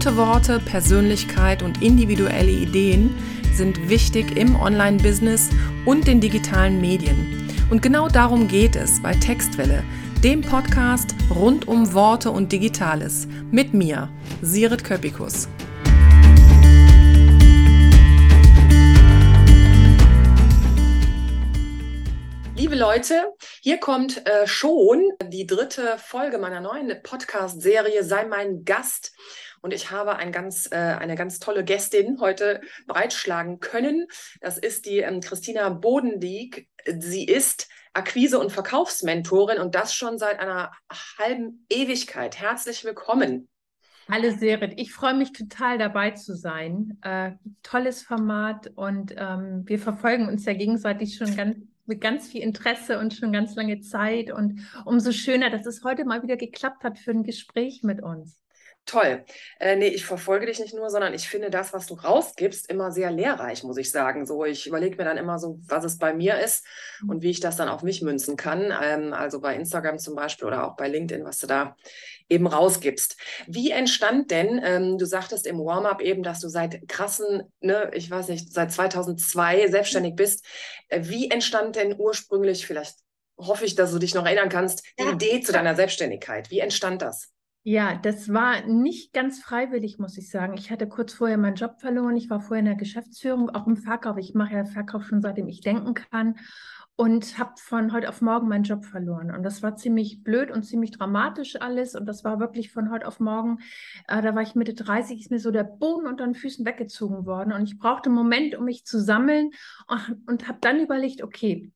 Gute Worte, Persönlichkeit und individuelle Ideen sind wichtig im Online-Business und den digitalen Medien. Und genau darum geht es bei Textwelle, dem Podcast rund um Worte und Digitales. Mit mir, Sirit Köppikus. Liebe Leute, hier kommt schon die 3. Folge meiner neuen Podcast-Serie Sei mein Gast. Und ich habe eine ganz tolle Gästin heute bereitschlagen können. Das ist die Christina Bodendieck. Sie ist Akquise- und Verkaufsmentorin und das schon seit einer halben Ewigkeit. Herzlich willkommen. Hallo Sirit, ich freue mich total dabei zu sein. Tolles Format und wir verfolgen uns ja gegenseitig schon mit ganz viel Interesse und schon ganz lange Zeit und umso schöner, dass es heute mal wieder geklappt hat für ein Gespräch mit uns. Toll. Nee, ich verfolge dich nicht nur, sondern ich finde das, was du rausgibst, immer sehr lehrreich, muss ich sagen. So, ich überlege mir dann immer so, was es bei mir ist und wie ich das dann auf mich münzen kann. Also bei Instagram zum Beispiel oder auch bei LinkedIn, was du da eben rausgibst. Wie entstand denn, du sagtest im Warm-up eben, dass du seit krassen, ich weiß nicht, seit 2002 selbstständig bist. Wie entstand denn ursprünglich, vielleicht hoffe ich, dass du dich noch erinnern kannst, die Idee zu deiner Selbstständigkeit? Wie entstand das? Ja, das war nicht ganz freiwillig, muss ich sagen. Ich hatte kurz vorher meinen Job verloren. Ich war vorher in der Geschäftsführung, auch im Verkauf. Ich mache ja Verkauf schon seitdem ich denken kann und habe von heute auf morgen meinen Job verloren. Und das war ziemlich blöd und ziemlich dramatisch alles. Und das war wirklich von heute auf morgen. Da war ich Mitte 30, ist mir so der Boden unter den Füßen weggezogen worden. Und ich brauchte einen Moment, um mich zu sammeln und habe dann überlegt, okay,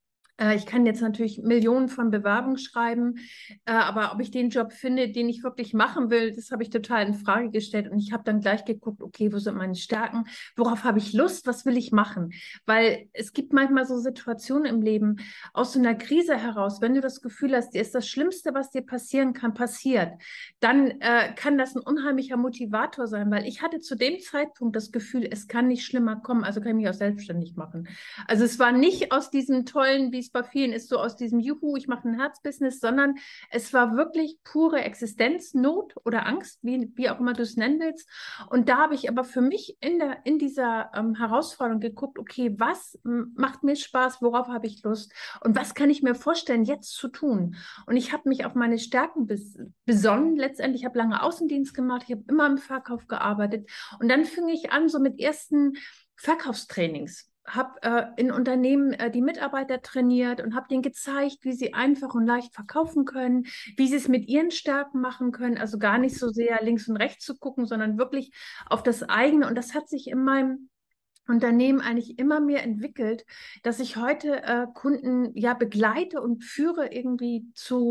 ich kann jetzt natürlich Millionen von Bewerbungen schreiben, aber ob ich den Job finde, den ich wirklich machen will, das habe ich total in Frage gestellt. Und ich habe dann gleich geguckt, okay, wo sind meine Stärken? Worauf habe ich Lust? Was will ich machen? Weil es gibt manchmal so Situationen im Leben, aus so einer Krise heraus, wenn du das Gefühl hast, dir ist das Schlimmste, was dir passieren kann, passiert, dann kann das ein unheimlicher Motivator sein, weil ich hatte zu dem Zeitpunkt das Gefühl, es kann nicht schlimmer kommen, also kann ich mich auch selbstständig machen. Also es war nicht aus diesem tollen, wie es bei vielen ist, so aus diesem Juhu, ich mache ein Herzbusiness, sondern es war wirklich pure Existenznot oder Angst, wie auch immer du es nennen willst. Und da habe ich aber für mich in dieser Herausforderung geguckt, okay, was macht mir Spaß, worauf habe ich Lust und was kann ich mir vorstellen, jetzt zu tun? Und ich habe mich auf meine Stärken besonnen letztendlich. Ich habe lange Außendienst gemacht, ich habe immer im Verkauf gearbeitet und dann fing ich an so mit ersten Verkaufstrainings, habe in Unternehmen die Mitarbeiter trainiert und habe denen gezeigt, wie sie einfach und leicht verkaufen können, wie sie es mit ihren Stärken machen können, also gar nicht so sehr links und rechts zu gucken, sondern wirklich auf das eigene. Und das hat sich in meinem Unternehmen eigentlich immer mehr entwickelt, dass ich heute Kunden ja begleite und führe irgendwie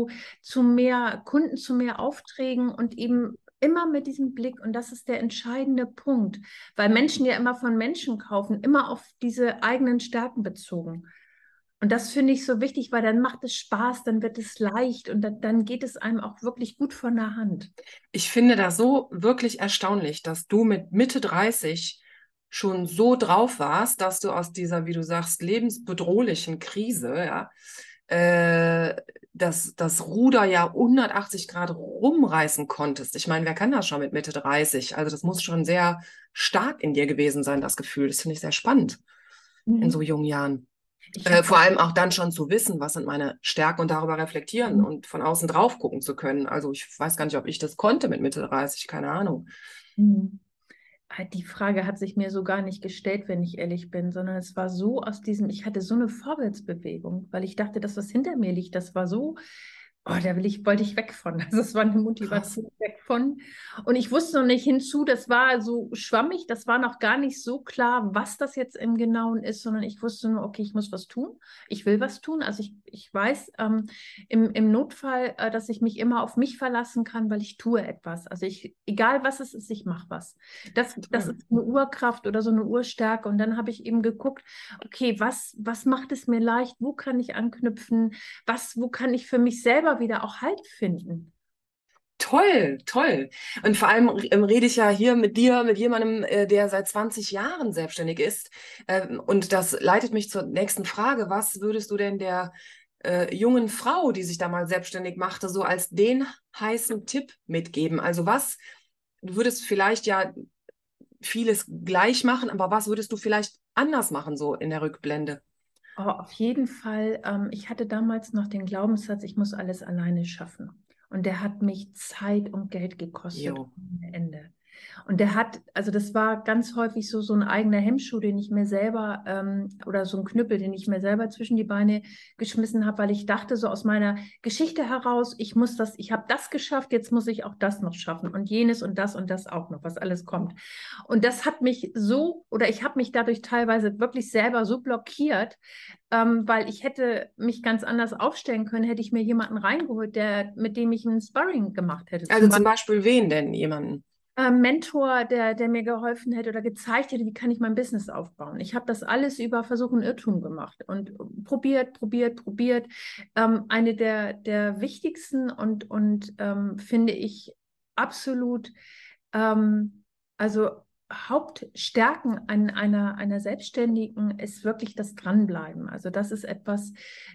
zu mehr Kunden, zu mehr Aufträgen und eben immer mit diesem Blick. Und das ist der entscheidende Punkt, weil Menschen ja immer von Menschen kaufen, immer auf diese eigenen Stärken bezogen. Und das finde ich so wichtig, weil dann macht es Spaß, dann wird es leicht und dann geht es einem auch wirklich gut von der Hand. Ich finde das so wirklich erstaunlich, dass du mit Mitte 30 schon so drauf warst, dass du aus dieser, wie du sagst, lebensbedrohlichen Krise, ja, das Ruder ja 180 Grad rumreißen konntest. Ich meine, wer kann das schon mit Mitte 30? Also das muss schon sehr stark in dir gewesen sein, das Gefühl. Das finde ich sehr spannend in so jungen Jahren. Vor allem auch dann schon zu wissen, was sind meine Stärken und darüber reflektieren und von außen drauf gucken zu können. Also ich weiß gar nicht, ob ich das konnte mit Mitte 30, keine Ahnung. Die Frage hat sich mir so gar nicht gestellt, wenn ich ehrlich bin, sondern es war so aus diesem, ich hatte so eine Vorwärtsbewegung, weil ich dachte, das, was hinter mir liegt, das war so, oh, wollte ich weg von. Also es war eine Motivation weg von. Und ich wusste noch nicht hinzu, das war so schwammig, das war noch gar nicht so klar, was das jetzt im Genauen ist, sondern ich wusste nur, okay, ich muss was tun, ich will was tun. Also ich weiß im Notfall, dass ich mich immer auf mich verlassen kann, weil ich tue etwas. Also egal was es ist, ich mache was. Das ist eine Urkraft oder so eine Urstärke. Und dann habe ich eben geguckt, okay, was macht es mir leicht, wo kann ich anknüpfen, wo kann ich für mich selber wieder auch Halt finden. Toll, toll. Und vor allem rede ich ja hier mit dir, mit jemandem, der seit 20 Jahren selbstständig ist. Und das leitet mich zur nächsten Frage. Was würdest du denn der jungen Frau, die sich da mal selbstständig machte, so als den heißen Tipp mitgeben? Also was du würdest vielleicht ja vieles gleich machen, aber was würdest du vielleicht anders machen, so in der Rückblende? Oh, auf jeden Fall. Ich hatte damals noch den Glaubenssatz, ich muss alles alleine schaffen. Und der hat mich Zeit und Geld gekostet Jo. ohne Ende. Und der hat, also das war ganz häufig so ein eigener Hemmschuh, den ich mir selber, oder so ein Knüppel, den ich mir selber zwischen die Beine geschmissen habe, weil ich dachte so aus meiner Geschichte heraus, ich habe das geschafft, jetzt muss ich auch das noch schaffen und jenes und das auch noch, was alles kommt. Und das hat mich so, oder ich habe mich dadurch teilweise wirklich selber so blockiert, weil ich hätte mich ganz anders aufstellen können, hätte ich mir jemanden reingeholt, mit dem ich ein Sparring gemacht hätte. Also zum Beispiel wen denn? Jemanden? Mentor, der mir geholfen hätte oder gezeigt hätte, wie kann ich mein Business aufbauen. Ich habe das alles über Versuch und Irrtum gemacht und probiert. Eine der wichtigsten und finde ich absolut, also Hauptstärken einer Selbstständigen ist wirklich das Dranbleiben. Also das ist etwas,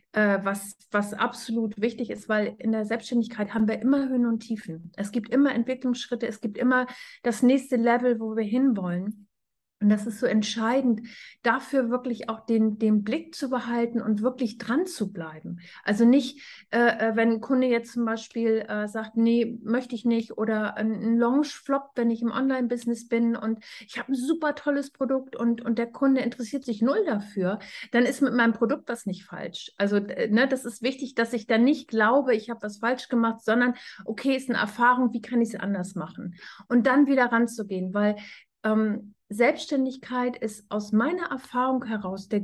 was absolut wichtig ist, weil in der Selbstständigkeit haben wir immer Höhen und Tiefen. Es gibt immer Entwicklungsschritte, es gibt immer das nächste Level, wo wir hinwollen. Und das ist so entscheidend, dafür wirklich auch den Blick zu behalten und wirklich dran zu bleiben. Also nicht, wenn ein Kunde jetzt zum Beispiel sagt, nee, möchte ich nicht, oder ein Launch floppt, wenn ich im Online-Business bin und ich habe ein super tolles Produkt und der Kunde interessiert sich null dafür, dann ist mit meinem Produkt was nicht falsch. Also ne, das ist wichtig, dass ich dann nicht glaube, ich habe was falsch gemacht, sondern okay, ist eine Erfahrung, wie kann ich es anders machen? Und dann wieder ranzugehen, weil Selbstständigkeit ist aus meiner Erfahrung heraus die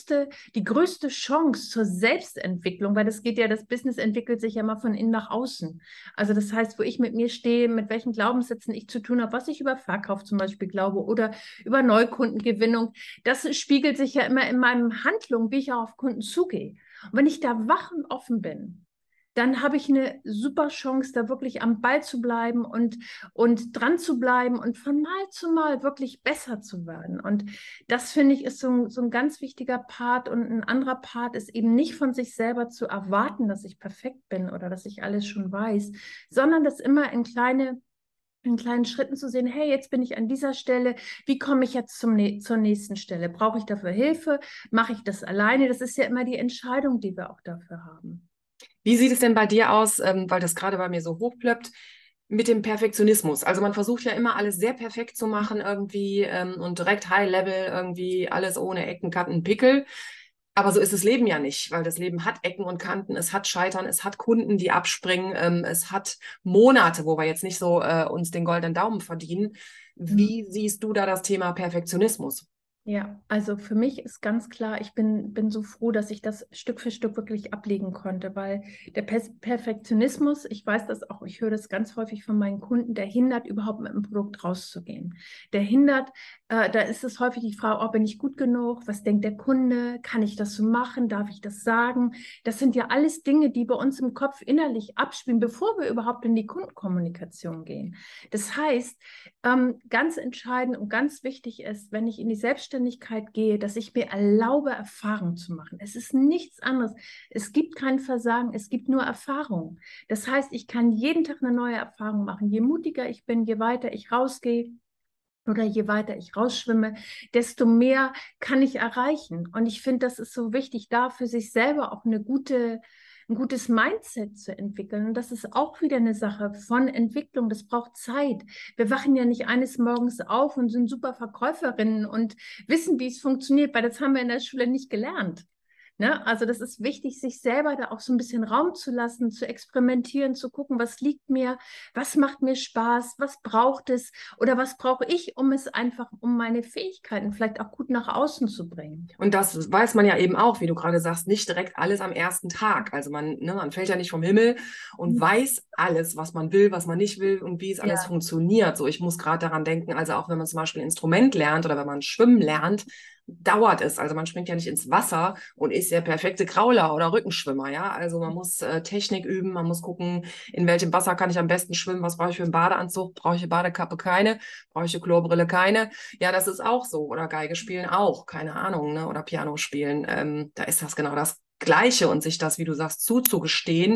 größte Chance zur Selbstentwicklung, weil das Business entwickelt sich ja immer von innen nach außen. Also das heißt, wo ich mit mir stehe, mit welchen Glaubenssätzen ich zu tun habe, was ich über Verkauf zum Beispiel glaube oder über Neukundengewinnung, das spiegelt sich ja immer in meinen Handlungen, wie ich auch auf Kunden zugehe. Und wenn ich da wach und offen bin, dann habe ich eine super Chance, da wirklich am Ball zu bleiben und dran zu bleiben und von Mal zu Mal wirklich besser zu werden. Und das finde ich ist so ein ganz wichtiger Part. Und ein anderer Part ist eben nicht von sich selber zu erwarten, dass ich perfekt bin oder dass ich alles schon weiß, sondern das immer in kleinen Schritten zu sehen, hey, jetzt bin ich an dieser Stelle, wie komme ich jetzt zur nächsten Stelle? Brauche ich dafür Hilfe? Mache ich das alleine? Das ist ja immer die Entscheidung, die wir auch dafür haben. Wie sieht es denn bei dir aus, weil das gerade bei mir so hochplöppt, mit dem Perfektionismus? Also man versucht ja immer alles sehr perfekt zu machen irgendwie und direkt High Level irgendwie alles ohne Ecken, Kanten, Pickel. Aber so ist das Leben ja nicht, weil das Leben hat Ecken und Kanten, es hat Scheitern, es hat Kunden, die abspringen, es hat Monate, wo wir jetzt nicht so uns den goldenen Daumen verdienen. Wie siehst du da das Thema Perfektionismus? Ja, also für mich ist ganz klar, ich bin so froh, dass ich das Stück für Stück wirklich ablegen konnte, weil der Perfektionismus, ich weiß das auch, ich höre das ganz häufig von meinen Kunden, der hindert überhaupt mit dem Produkt rauszugehen. Der hindert, da ist es häufig die Frage, oh, bin ich gut genug? Was denkt der Kunde? Kann ich das so machen? Darf ich das sagen? Das sind ja alles Dinge, die bei uns im Kopf innerlich abspielen, bevor wir überhaupt in die Kundenkommunikation gehen. Das heißt, ganz entscheidend und ganz wichtig ist, wenn ich in die Selbstständigkeit gehe, dass ich mir erlaube, Erfahrung zu machen. Es ist nichts anderes. Es gibt kein Versagen, es gibt nur Erfahrung. Das heißt, ich kann jeden Tag eine neue Erfahrung machen. Je mutiger ich bin, je weiter ich rausgehe, oder je weiter ich rausschwimme, desto mehr kann ich erreichen. Und ich finde, das ist so wichtig, da für sich selber auch ein gutes Mindset zu entwickeln. Und das ist auch wieder eine Sache von Entwicklung. Das braucht Zeit. Wir wachen ja nicht eines Morgens auf und sind super Verkäuferinnen und wissen, wie es funktioniert, weil das haben wir in der Schule nicht gelernt. Ne? Also das ist wichtig, sich selber da auch so ein bisschen Raum zu lassen, zu experimentieren, zu gucken, was liegt mir, was macht mir Spaß, was braucht es oder was brauche ich, um meine Fähigkeiten vielleicht auch gut nach außen zu bringen. Und das weiß man ja eben auch, wie du gerade sagst, nicht direkt alles am ersten Tag. Also man fällt ja nicht vom Himmel und weiß alles, was man will, was man nicht will und wie es alles Ja. funktioniert. So, ich muss gerade daran denken, also auch wenn man zum Beispiel ein Instrument lernt oder wenn man schwimmen lernt, dauert es. Also man springt ja nicht ins Wasser und ist der perfekte Krauler oder Rückenschwimmer, ja. Also man muss Technik üben, man muss gucken, in welchem Wasser kann ich am besten schwimmen, was brauche ich für einen Badeanzug, brauche ich eine Badekappe keine, brauche ich eine Klobrille keine. Ja, das ist auch so. Oder Geige spielen auch, keine Ahnung, ne? Oder Piano spielen. Da ist das genau das Gleiche und sich das, wie du sagst, zuzugestehen,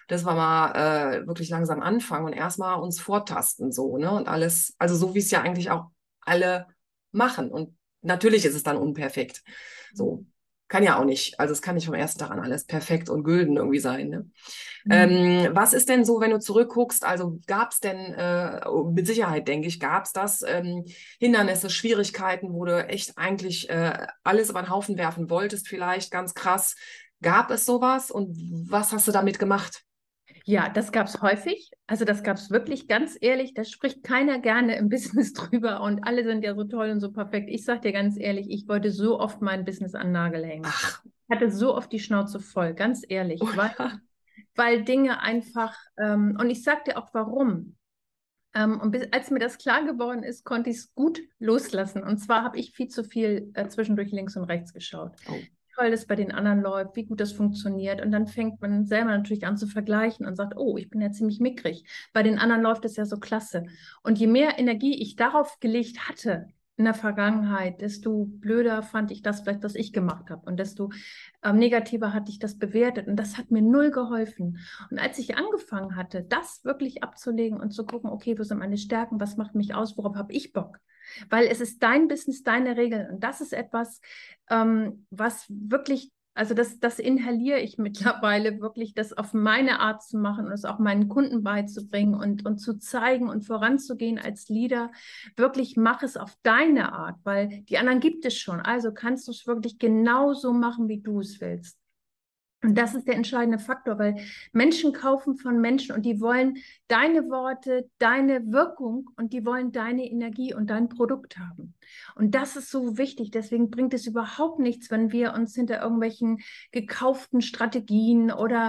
dass wir mal wirklich langsam anfangen und erstmal uns vortasten so, ne? Und alles, also so wie es ja eigentlich auch alle machen. Und natürlich ist es dann unperfekt. So. Kann ja auch nicht. Also es kann nicht vom ersten Tag an alles perfekt und gülden irgendwie sein, ne? Was ist denn so, wenn du zurückguckst? Also gab es denn, mit Sicherheit denke ich, gab es das, Hindernisse, Schwierigkeiten, wo du echt eigentlich alles über den Haufen werfen wolltest, vielleicht ganz krass. Gab es sowas und was hast du damit gemacht? Ja, das gab es häufig. Also das gab es wirklich, ganz ehrlich, da spricht keiner gerne im Business drüber und alle sind ja so toll und so perfekt. Ich sag dir ganz ehrlich, ich wollte so oft mein Business an den Nagel hängen. Ach, Ich hatte so oft die Schnauze voll, ganz ehrlich, oh ja. weil Dinge einfach, und ich sag dir auch warum. Und als mir das klar geworden ist, konnte ich es gut loslassen. Und zwar habe ich viel zu viel zwischendurch links und rechts geschaut. Oh. Wie toll das bei den anderen läuft, wie gut das funktioniert. Und dann fängt man selber natürlich an zu vergleichen und sagt, oh, ich bin ja ziemlich mickrig. Bei den anderen läuft es ja so klasse. Und je mehr Energie ich darauf gelegt hatte in der Vergangenheit, desto blöder fand ich das vielleicht, was ich gemacht habe. Und desto negativer hatte ich das bewertet. Und das hat mir null geholfen. Und als ich angefangen hatte, das wirklich abzulegen und zu gucken, okay, wo sind meine Stärken, was macht mich aus, worauf habe ich Bock? Weil es ist dein Business, deine Regeln. Und das ist etwas, was wirklich, also das inhaliere ich mittlerweile, wirklich das auf meine Art zu machen und es auch meinen Kunden beizubringen und zu zeigen und voranzugehen als Leader. Wirklich mach es auf deine Art, weil die anderen gibt es schon. Also kannst du es wirklich genauso machen, wie du es willst. Und das ist der entscheidende Faktor, weil Menschen kaufen von Menschen und die wollen deine Worte, deine Wirkung und die wollen deine Energie und dein Produkt haben. Und das ist so wichtig. Deswegen bringt es überhaupt nichts, wenn wir uns hinter irgendwelchen gekauften Strategien oder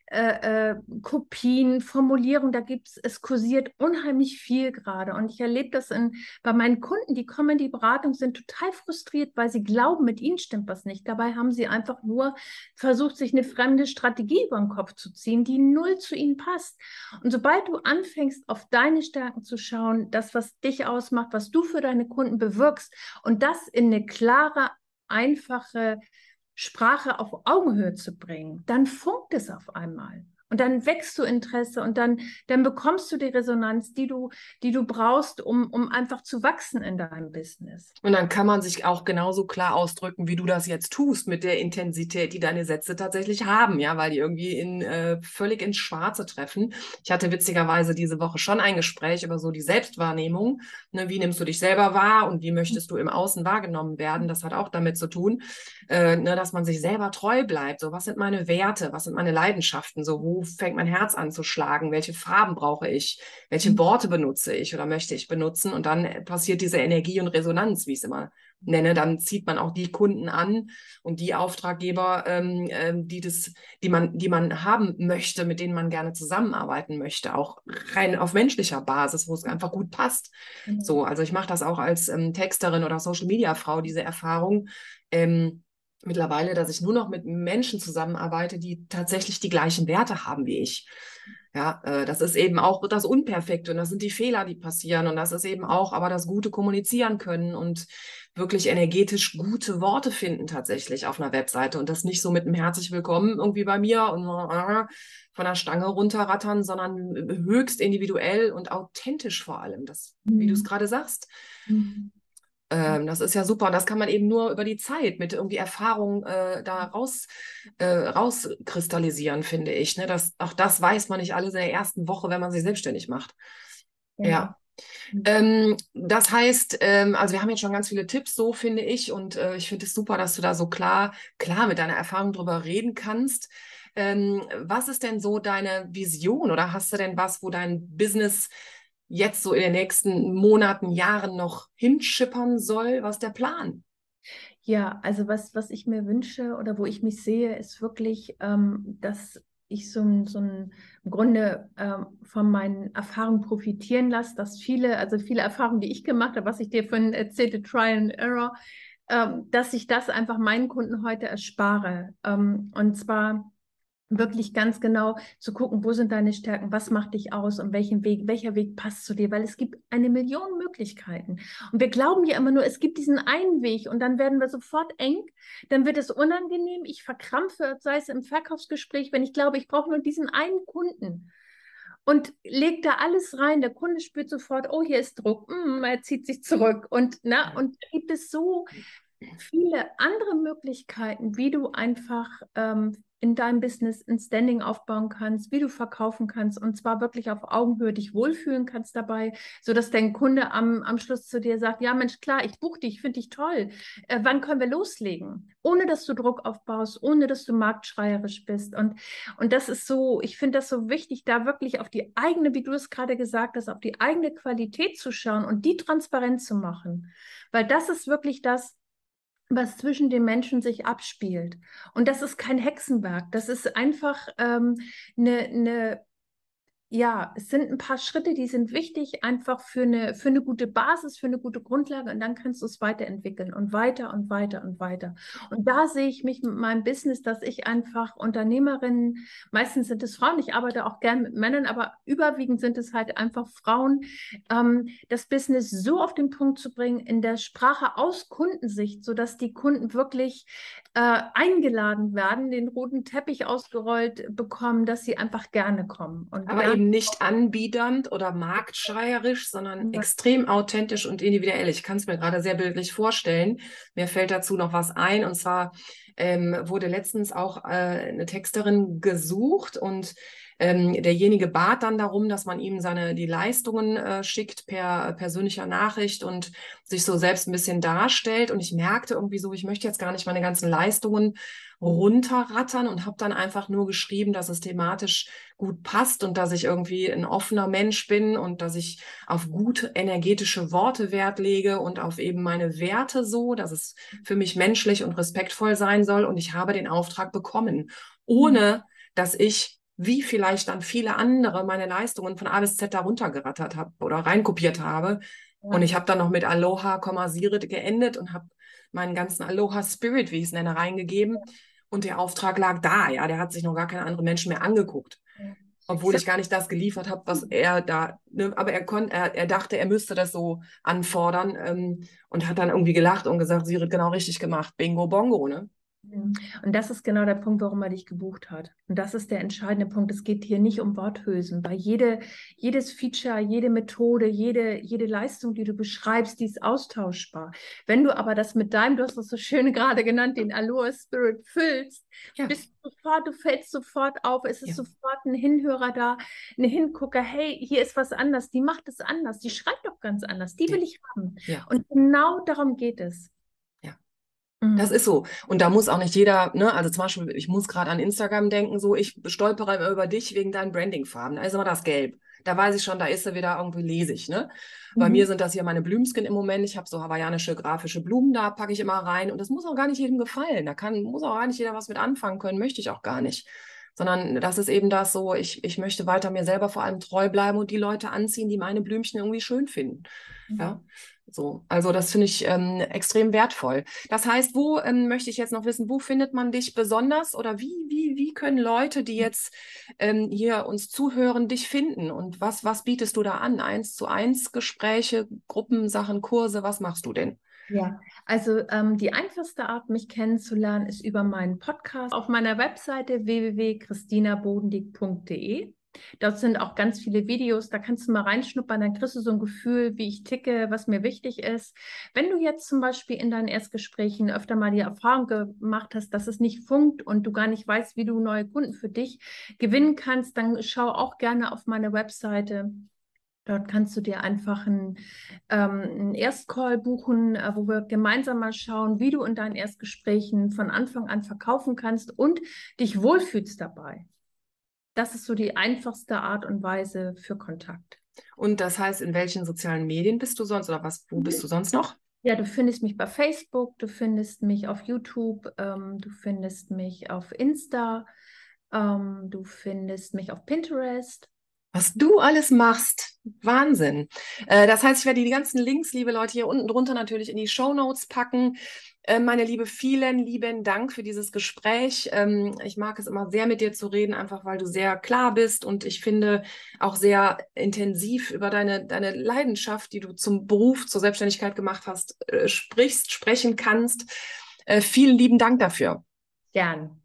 Kopien, Formulierungen, da gibt es kursiert unheimlich viel gerade. Und ich erlebe das bei meinen Kunden, die kommen in die Beratung, sind total frustriert, weil sie glauben, mit ihnen stimmt was nicht. Dabei haben sie einfach nur versucht, sich eine fremde Strategie über den Kopf zu ziehen, die null zu ihnen passt. Und sobald du anfängst, auf deine Stärken zu schauen, das, was dich ausmacht, was du für deine Kunden bewirkst und das in eine klare, einfache Sprache auf Augenhöhe zu bringen, dann funkt es auf einmal. Und dann wächst du Interesse und dann bekommst du die Resonanz, die du brauchst, um einfach zu wachsen in deinem Business. Und dann kann man sich auch genauso klar ausdrücken, wie du das jetzt tust, mit der Intensität, die deine Sätze tatsächlich haben, ja, weil die irgendwie völlig ins Schwarze treffen. Ich hatte witzigerweise diese Woche schon ein Gespräch über so die Selbstwahrnehmung. Ne, wie nimmst du dich selber wahr und wie möchtest du im Außen wahrgenommen werden? Das hat auch damit zu tun, ne, dass man sich selber treu bleibt. So, was sind meine Werte? Was sind meine Leidenschaften? So, wo fängt mein Herz an zu schlagen? Welche Farben brauche ich? Welche Worte benutze ich oder möchte ich benutzen? Und dann passiert diese Energie und Resonanz, wie ich es immer nenne. Dann zieht man auch die Kunden an und die Auftraggeber, die man haben möchte, mit denen man gerne zusammenarbeiten möchte, auch rein auf menschlicher Basis, wo es einfach gut passt. So, also ich mache das auch als Texterin oder Social Media Frau, diese Erfahrung. Mittlerweile, dass ich nur noch mit Menschen zusammenarbeite, die tatsächlich die gleichen Werte haben wie ich. Ja, das ist eben auch das Unperfekte und das sind die Fehler, die passieren und das ist eben auch aber das gute Kommunizieren können und wirklich energetisch gute Worte finden tatsächlich auf einer Webseite und das nicht so mit einem herzlich willkommen irgendwie bei mir und von der Stange runterrattern, sondern höchst individuell und authentisch vor allem, das, wie du es gerade sagst. Das ist ja super. Und das kann man eben nur über die Zeit mit irgendwie Erfahrung da rauskristallisieren, finde ich. Ne? Auch das weiß man nicht alles in der ersten Woche, wenn man sich selbstständig macht. Ja. Das heißt, also wir haben jetzt schon ganz viele Tipps, so finde ich. Und ich finde es super, dass du da so klar mit deiner Erfahrung drüber reden kannst. Was ist denn so deine Vision oder hast du denn was, wo dein Business jetzt so in den nächsten Monaten, Jahren noch hinschippern soll? Was ist der Plan? Ja, also was ich mir wünsche oder wo ich mich sehe, ist wirklich, dass ich im Grunde von meinen Erfahrungen profitieren lasse, dass viele Erfahrungen, die ich gemacht habe, was ich dir vorhin erzählte, Trial and Error, dass ich das einfach meinen Kunden heute erspare. Und zwar wirklich ganz genau zu gucken, wo sind deine Stärken, was macht dich aus und welcher Weg passt zu dir, weil es gibt eine Million Möglichkeiten. Und wir glauben ja immer nur, es gibt diesen einen Weg und dann werden wir sofort eng, dann wird es unangenehm, ich verkrampfe, sei es im Verkaufsgespräch, wenn ich glaube, ich brauche nur diesen einen Kunden. Und legt da alles rein. Der Kunde spürt sofort, oh, hier ist Druck, er zieht sich zurück. Und da gibt es so viele andere Möglichkeiten, wie du einfach in deinem Business ein Standing aufbauen kannst, wie du verkaufen kannst und zwar wirklich auf Augenhöhe dich wohlfühlen kannst dabei, sodass dein Kunde am Schluss zu dir sagt, ja Mensch, klar, ich buche dich, finde dich toll. Wann können wir loslegen? Ohne, dass du Druck aufbaust, ohne, dass du marktschreierisch bist. Und das ist so, ich finde das so wichtig, da wirklich auf die eigene, wie du es gerade gesagt hast, auf die eigene Qualität zu schauen und die transparent zu machen. Weil das ist wirklich das, was zwischen den Menschen sich abspielt. Und das ist kein Hexenwerk. Das ist einfach ja, es sind ein paar Schritte, die sind wichtig, einfach für eine gute Basis, für eine gute Grundlage. Und dann kannst du es weiterentwickeln und weiter und weiter und weiter. Und da sehe ich mich mit meinem Business, dass ich einfach Unternehmerinnen, meistens sind es Frauen, ich arbeite auch gern mit Männern, aber überwiegend sind es halt einfach Frauen, das Business so auf den Punkt zu bringen, in der Sprache aus Kundensicht, sodass die Kunden wirklich eingeladen werden, den roten Teppich ausgerollt bekommen, dass sie einfach gerne kommen. Und Aber eben nicht anbiedernd oder marktschreierisch, sondern extrem authentisch und individuell. Ich kann es mir gerade sehr bildlich vorstellen. Mir fällt dazu noch was ein. Und zwar wurde letztens auch eine Texterin gesucht und derjenige bat dann darum, dass man ihm die Leistungen schickt per persönlicher Nachricht und sich so selbst ein bisschen darstellt. Und ich merkte irgendwie so, ich möchte jetzt gar nicht meine ganzen Leistungen runterrattern und habe dann einfach nur geschrieben, dass es thematisch gut passt und dass ich irgendwie ein offener Mensch bin und dass ich auf gute energetische Worte Wert lege und auf eben meine Werte so, dass es für mich menschlich und respektvoll sein soll. Und ich habe den Auftrag bekommen, ohne dass ich wie vielleicht dann viele andere meine Leistungen von A bis Z da runtergerattert habe oder reinkopiert habe. Und ich habe dann noch mit Aloha, Sirit geendet und habe meinen ganzen Aloha Spirit, wie ich es nenne, reingegeben. Und der Auftrag lag da, ja, der hat sich noch gar keine anderen Menschen mehr angeguckt. Obwohl ich gar nicht das geliefert habe, was er da, ne, aber er dachte, er müsste das so anfordern und hat dann irgendwie gelacht und gesagt, Sirit, genau richtig gemacht, Bingo Bongo, ne? Und das ist genau der Punkt, warum er dich gebucht hat. Und das ist der entscheidende Punkt. Es geht hier nicht um Worthülsen, weil jedes Feature, jede Methode, jede Leistung, die du beschreibst, die ist austauschbar. Wenn du aber das mit deinem, du hast das so schön gerade genannt, den Aloha Spirit füllst, du fällst sofort auf, es ist sofort ein Hinhörer da, ein Hingucker, hey, hier ist was anders, die macht es anders, die schreibt doch ganz anders, die will ich haben. Und genau darum geht es. Das ist so. Und da muss auch nicht jeder, ne, also zum Beispiel, ich muss gerade an Instagram denken, so, ich stolpere immer über dich wegen deinen Brandingfarben. Da ist immer das Gelb. Da weiß ich schon, da ist sie wieder irgendwie lesig, ne? Bei mir sind das hier meine Blümchen im Moment. Ich habe so hawaiianische grafische Blumen, da packe ich immer rein. Und das muss auch gar nicht jedem gefallen. Muss auch gar nicht jeder was mit anfangen können, möchte ich auch gar nicht. Sondern das ist eben das so, ich möchte weiter mir selber vor allem treu bleiben und die Leute anziehen, die meine Blümchen irgendwie schön finden. Ja. So, also das finde ich extrem wertvoll. Das heißt, wo möchte ich jetzt noch wissen, wo findet man dich besonders oder wie können Leute, die jetzt hier uns zuhören, dich finden und was bietest du da an? 1:1 Gespräche, Gruppensachen, Kurse, was machst du denn? Ja, also die einfachste Art, mich kennenzulernen, ist über meinen Podcast auf meiner Webseite www.christinabodendiek.de. Dort sind auch ganz viele Videos, da kannst du mal reinschnuppern, dann kriegst du so ein Gefühl, wie ich ticke, was mir wichtig ist. Wenn du jetzt zum Beispiel in deinen Erstgesprächen öfter mal die Erfahrung gemacht hast, dass es nicht funkt und du gar nicht weißt, wie du neue Kunden für dich gewinnen kannst, dann schau auch gerne auf meine Webseite. Dort kannst du dir einfach einen Erstcall buchen, wo wir gemeinsam mal schauen, wie du in deinen Erstgesprächen von Anfang an verkaufen kannst und dich wohlfühlst dabei. Das ist so die einfachste Art und Weise für Kontakt. Und das heißt, in welchen sozialen Medien bist du sonst oder wo bist du sonst noch? Ja, du findest mich bei Facebook, du findest mich auf YouTube, du findest mich auf Insta, du findest mich auf Pinterest. Was du alles machst, Wahnsinn. Das heißt, ich werde die ganzen Links, liebe Leute, hier unten drunter natürlich in die Shownotes packen. Meine Liebe, vielen lieben Dank für dieses Gespräch. Ich mag es immer sehr, mit dir zu reden, einfach weil du sehr klar bist und ich finde auch sehr intensiv über deine Leidenschaft, die du zum Beruf, zur Selbstständigkeit gemacht hast, sprechen kannst. Vielen lieben Dank dafür. Gern.